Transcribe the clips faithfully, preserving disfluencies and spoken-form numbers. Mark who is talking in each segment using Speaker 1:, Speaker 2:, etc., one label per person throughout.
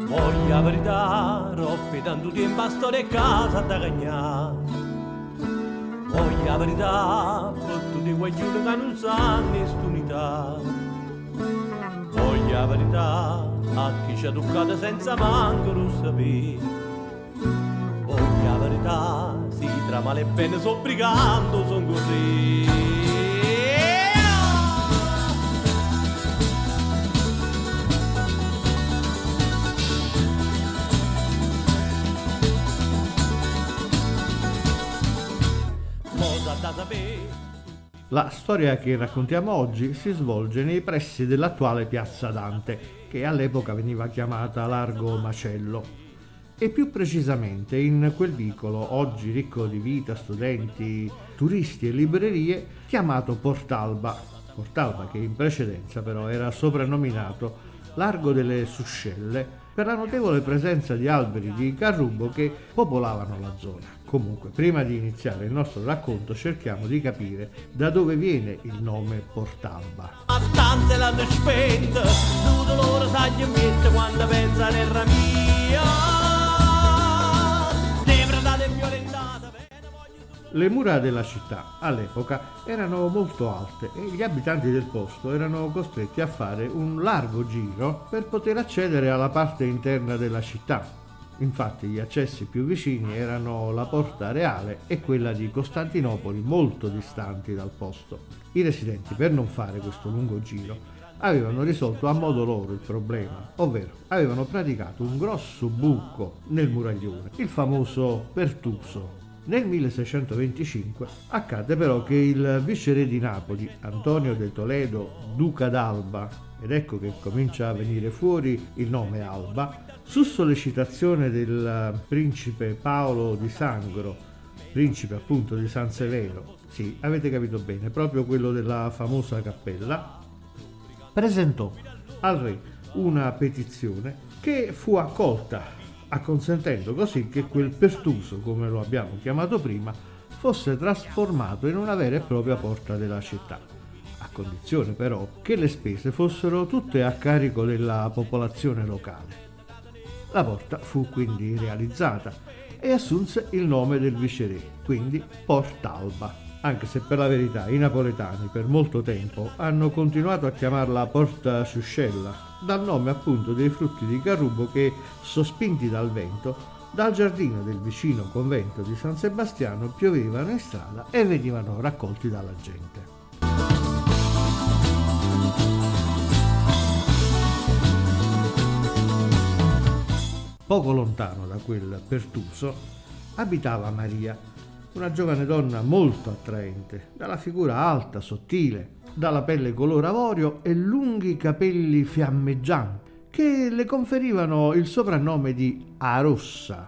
Speaker 1: Voglia verità, roppi tanto tempo a storia e casa da cagnare. Voglia verità, frutto di guaglione che non sanno nessunità. Voglia verità, a chi ci ha toccato senza manco lo sapere. Voglia verità, si tra male e bene soffricando son corri.
Speaker 2: La storia che raccontiamo oggi si svolge nei pressi dell'attuale Piazza Dante, che all'epoca veniva chiamata Largo Macello, e più precisamente in quel vicolo, oggi ricco di vita, studenti, turisti e librerie, chiamato Portalba. Portalba che in precedenza però era soprannominato Largo delle Suscelle per la notevole presenza di alberi di carrubo che popolavano la zona. Comunque, prima di iniziare il nostro racconto, cerchiamo di capire da dove viene il nome Portalba. Le mura della città all'epoca erano molto alte e gli abitanti del posto erano costretti a fare un largo giro per poter accedere alla parte interna della città. Infatti gli accessi più vicini erano la Porta Reale e quella di Costantinopoli, molto distanti dal posto. I residenti, per non fare questo lungo giro, avevano risolto a modo loro il problema, ovvero avevano praticato un grosso buco nel muraglione, il famoso pertuso. Nel milleseicentoventicinque accadde però che il viceré di Napoli, Antonio de Toledo, duca d'Alba, ed ecco che comincia a venire fuori il nome Alba, su sollecitazione del principe Paolo di Sangro, principe appunto di San Severo, sì, avete capito bene, proprio quello della famosa cappella, presentò al re una petizione che fu accolta, acconsentendo così che quel pertuso, come lo abbiamo chiamato prima, fosse trasformato in una vera e propria porta della città, a condizione però che le spese fossero tutte a carico della popolazione locale. La porta fu quindi realizzata e assunse il nome del viceré, quindi Portalba, anche se per la verità i napoletani per molto tempo hanno continuato a chiamarla Porta Suscella, dal nome appunto dei frutti di carrubo che, sospinti dal vento, dal giardino del vicino convento di San Sebastiano piovevano in strada e venivano raccolti dalla gente. Poco lontano da quel pertuso abitava Maria, una giovane donna molto attraente, dalla figura alta, sottile, dalla pelle color avorio e lunghi capelli fiammeggianti che le conferivano il soprannome di Arossa.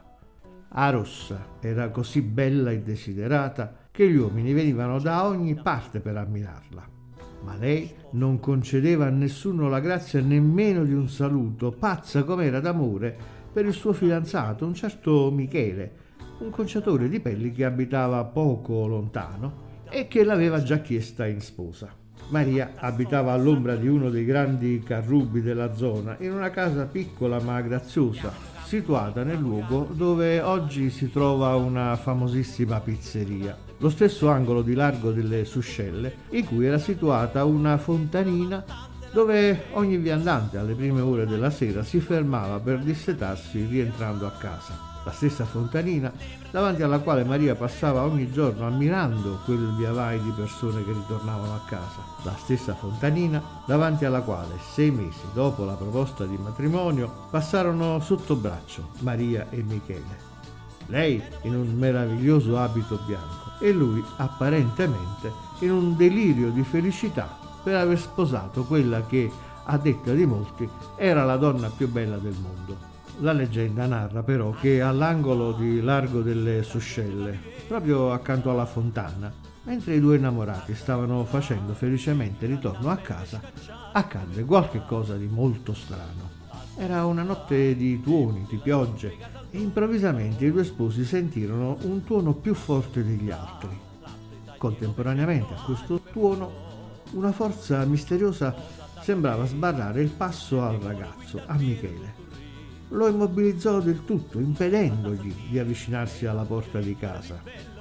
Speaker 2: Arossa era così bella e desiderata che gli uomini venivano da ogni parte per ammirarla. Ma lei non concedeva a nessuno la grazia nemmeno di un saluto, pazza com'era d'amore per il suo fidanzato, un certo Michele, un conciatore di pelli che abitava poco lontano e che l'aveva già chiesta in sposa. Maria abitava all'ombra di uno dei grandi carrubi della zona, in una casa piccola ma graziosa, situata nel luogo dove oggi si trova una famosissima pizzeria, lo stesso angolo di Largo delle Suscelle, in cui era situata una fontanina dove ogni viandante alle prime ore della sera si fermava per dissetarsi rientrando a casa. La stessa fontanina davanti alla quale Maria passava ogni giorno ammirando quel viavai di persone che ritornavano a casa. La stessa fontanina davanti alla quale sei mesi dopo la proposta di matrimonio passarono sotto braccio Maria e Michele. Lei in un meraviglioso abito bianco e lui apparentemente in un delirio di felicità per aver sposato quella che, a detta di molti, era la donna più bella del mondo. La leggenda narra però che all'angolo di Largo delle Suscelle, proprio accanto alla fontana, mentre i due innamorati stavano facendo felicemente ritorno a casa, accadde qualche cosa di molto strano. Era una notte di tuoni, di piogge, e improvvisamente i due sposi sentirono un tuono più forte degli altri. Contemporaneamente a questo tuono, una forza misteriosa sembrava sbarrare il passo al ragazzo, a Michele. lo immobilizzò del tutto, impedendogli di avvicinarsi alla porta di casa.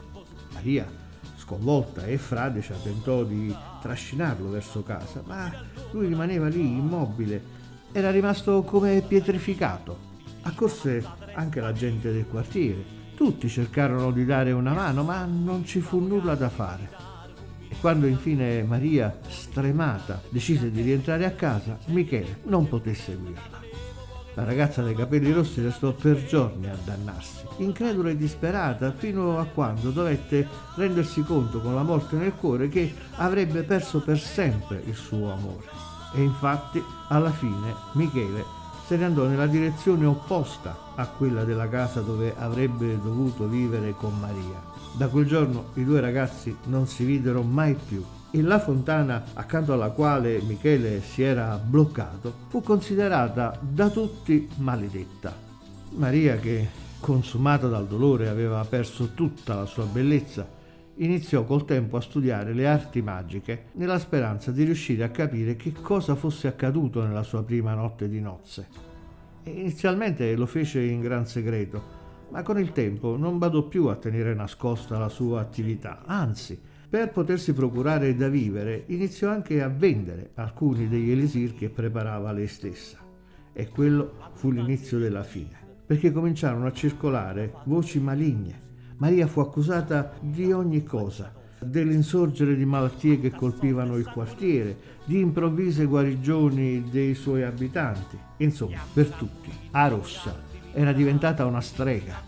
Speaker 2: Maria, sconvolta e fradicia, tentò di trascinarlo verso casa, ma lui rimaneva lì immobile, era rimasto come pietrificato. Accorse anche la gente del quartiere, tutti cercarono di dare una mano, ma non ci fu nulla da fare. E quando infine Maria, stremata, decise di rientrare a casa, Michele non poté seguirla. La ragazza dai capelli rossi restò per giorni a dannarsi, incredula e disperata, fino a quando dovette rendersi conto con la morte nel cuore che avrebbe perso per sempre il suo amore. E infatti, alla fine, Michele se ne andò nella direzione opposta a quella della casa dove avrebbe dovuto vivere con Maria. Da quel giorno i due ragazzi non si videro mai più. E la fontana accanto alla quale Michele si era bloccato fu considerata da tutti maledetta. Maria, che consumata dal dolore aveva perso tutta la sua bellezza, iniziò col tempo a studiare le arti magiche nella speranza di riuscire a capire che cosa fosse accaduto nella sua prima notte di nozze. E inizialmente lo fece in gran segreto, ma con il tempo non badò più a tenere nascosta la sua attività, anzi, per potersi procurare da vivere, iniziò anche a vendere alcuni degli elisir che preparava lei stessa. E quello fu l'inizio della fine, perché cominciarono a circolare voci maligne. Maria fu accusata di ogni cosa, dell'insorgere di malattie che colpivano il quartiere, di improvvise guarigioni dei suoi abitanti. Insomma, per tutti, Arossa era diventata una strega.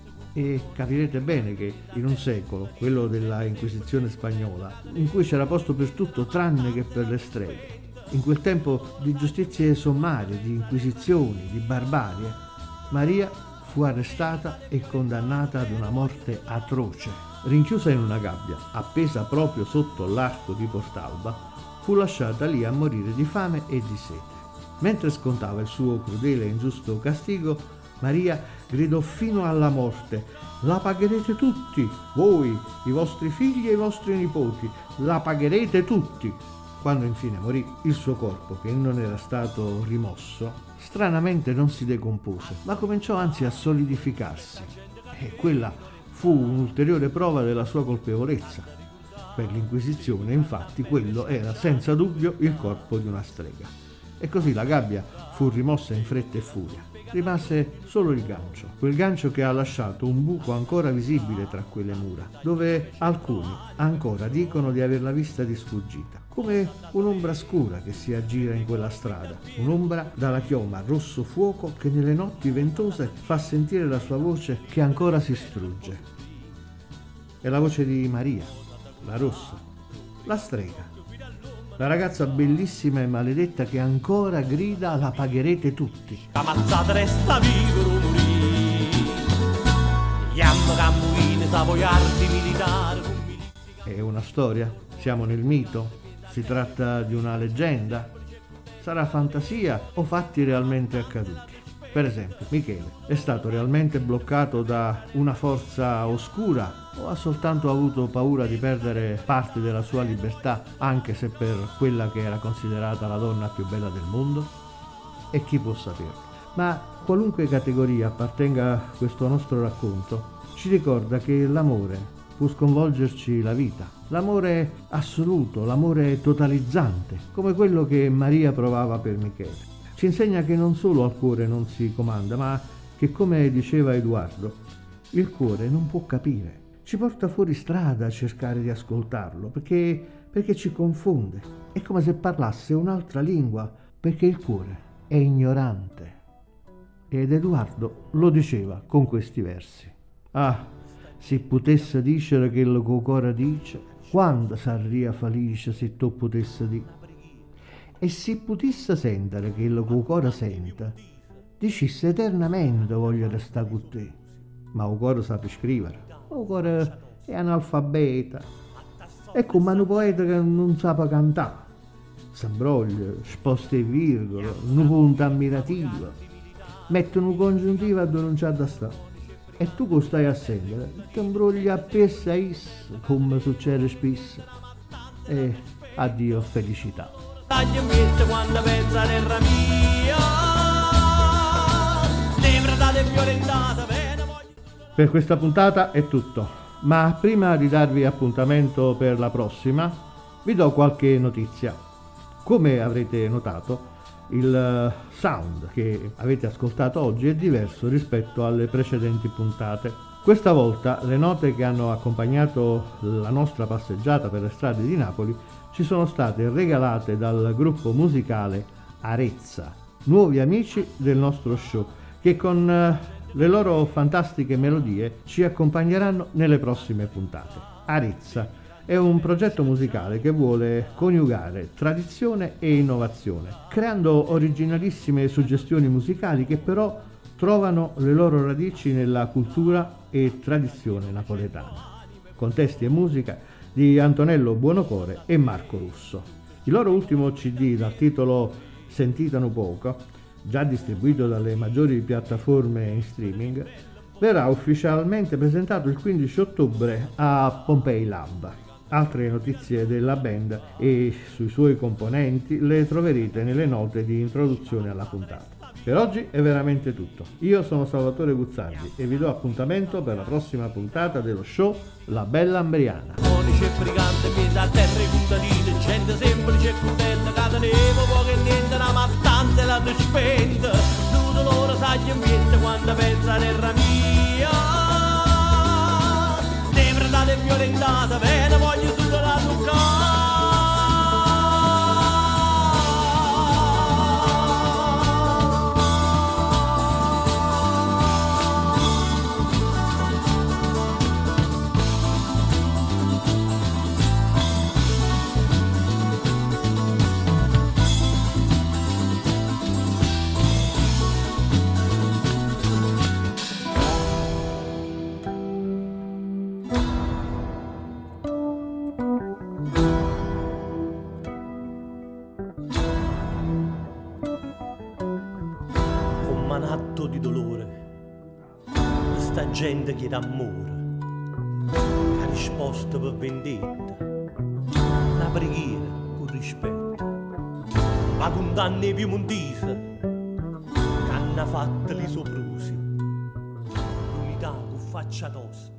Speaker 2: E capirete bene che in un secolo, quello della Inquisizione spagnola, in cui c'era posto per tutto tranne che per le streghe, in quel tempo di giustizie sommarie, di inquisizioni, di barbarie, Maria fu arrestata e condannata ad una morte atroce. Rinchiusa in una gabbia, appesa proprio sotto l'arco di Portalba, fu lasciata lì a morire di fame e di sete. Mentre scontava il suo crudele e ingiusto castigo, Maria gridò fino alla morte: la pagherete tutti, voi, i vostri figli e i vostri nipoti, la pagherete tutti. Quando infine morì, il suo corpo, che non era stato rimosso, stranamente non si decompose, ma cominciò anzi a solidificarsi. E quella fu un'ulteriore prova della sua colpevolezza. Per l'Inquisizione, infatti, quello era senza dubbio il corpo di una strega. E così la gabbia fu rimossa in fretta e furia. Rimase solo il gancio, quel gancio che ha lasciato un buco ancora visibile tra quelle mura, dove alcuni ancora dicono di averla vista di sfuggita, come un'ombra scura che si aggira in quella strada, un'ombra dalla chioma rosso fuoco che nelle notti ventose fa sentire la sua voce che ancora si strugge. È la voce di Maria, la rossa, la strega. La ragazza bellissima e maledetta che ancora grida: la pagherete tutti.
Speaker 1: Ammazzata resta vivo morì. Yam cammuine savoiardi militare.
Speaker 2: È una storia? Siamo nel mito? Si tratta di una leggenda? Sarà fantasia o fatti realmente accaduti? Per esempio, Michele è stato realmente bloccato da una forza oscura o ha soltanto avuto paura di perdere parte della sua libertà, anche se per quella che era considerata la donna più bella del mondo? E chi può saperlo? Ma qualunque categoria appartenga a questo nostro racconto, ci ricorda che l'amore può sconvolgerci la vita. L'amore assoluto, l'amore totalizzante, come quello che Maria provava per Michele. Ci insegna che non solo al cuore non si comanda, ma che, come diceva Edoardo, il cuore non può capire. Ci porta fuori strada a cercare di ascoltarlo, perché, perché ci confonde. È come se parlasse un'altra lingua, perché il cuore è ignorante. Ed Edoardo lo diceva con questi versi. Ah, se potesse dicere quello che il cuore dice, quando sarria felice se tu potesse dire. E se potesse sentire quello che il cuore sente, dicesse eternamente voglio restare con te. Ma il cuore sa scrivere, il cuore è analfabeta, è come un poeta che non sa cantare, s'imbroglia, sposta le virgole, un punto ammirativo, mette un congiuntivo a dove non c'è da stare. E tu che stai a sentire, ti imbrogli appesso a isso, come succede spesso. E addio felicità.
Speaker 1: Quando pensa terra mia violentata, bene voglio...
Speaker 2: Per questa puntata è tutto, ma prima di darvi appuntamento per la prossima, vi do qualche notizia. Come avrete notato, il sound che avete ascoltato oggi è diverso rispetto alle precedenti puntate. Questa volta le note che hanno accompagnato la nostra passeggiata per le strade di Napoli ci sono state regalate dal gruppo musicale Arezza, nuovi amici del nostro show, che con le loro fantastiche melodie ci accompagneranno nelle prossime puntate. Arezza è un progetto musicale che vuole coniugare tradizione e innovazione, creando originalissime suggestioni musicali che però trovano le loro radici nella cultura e tradizione napoletana, con testi e musica di Antonello Buonocore e Marco Russo. Il loro ultimo C D, dal titolo Sentitano Poco, già distribuito dalle maggiori piattaforme in streaming, verrà ufficialmente presentato il quindici ottobre a Pompei Lab. Altre notizie della band e sui suoi componenti le troverete nelle note di introduzione alla puntata. Per oggi è veramente tutto. Io sono Salvatore Guzzardi e vi do appuntamento per la prossima puntata dello show La Bella Ambriana.
Speaker 1: Conice brigante, piede a terra e contadine, gente semplice e contenta, catenevo poco e niente, una mattanza e l'hanno spenta. Tutto loro sa che ambiente quando pensa a terra mia. Depredata e violentata, bene voglio solo la toccare. Un atto di dolore, questa gente chiede amore, la risposta per vendetta, una preghiera con rispetto, ma condanne piemontese che hanno fatto i soprusi, l'unità con faccia tosta.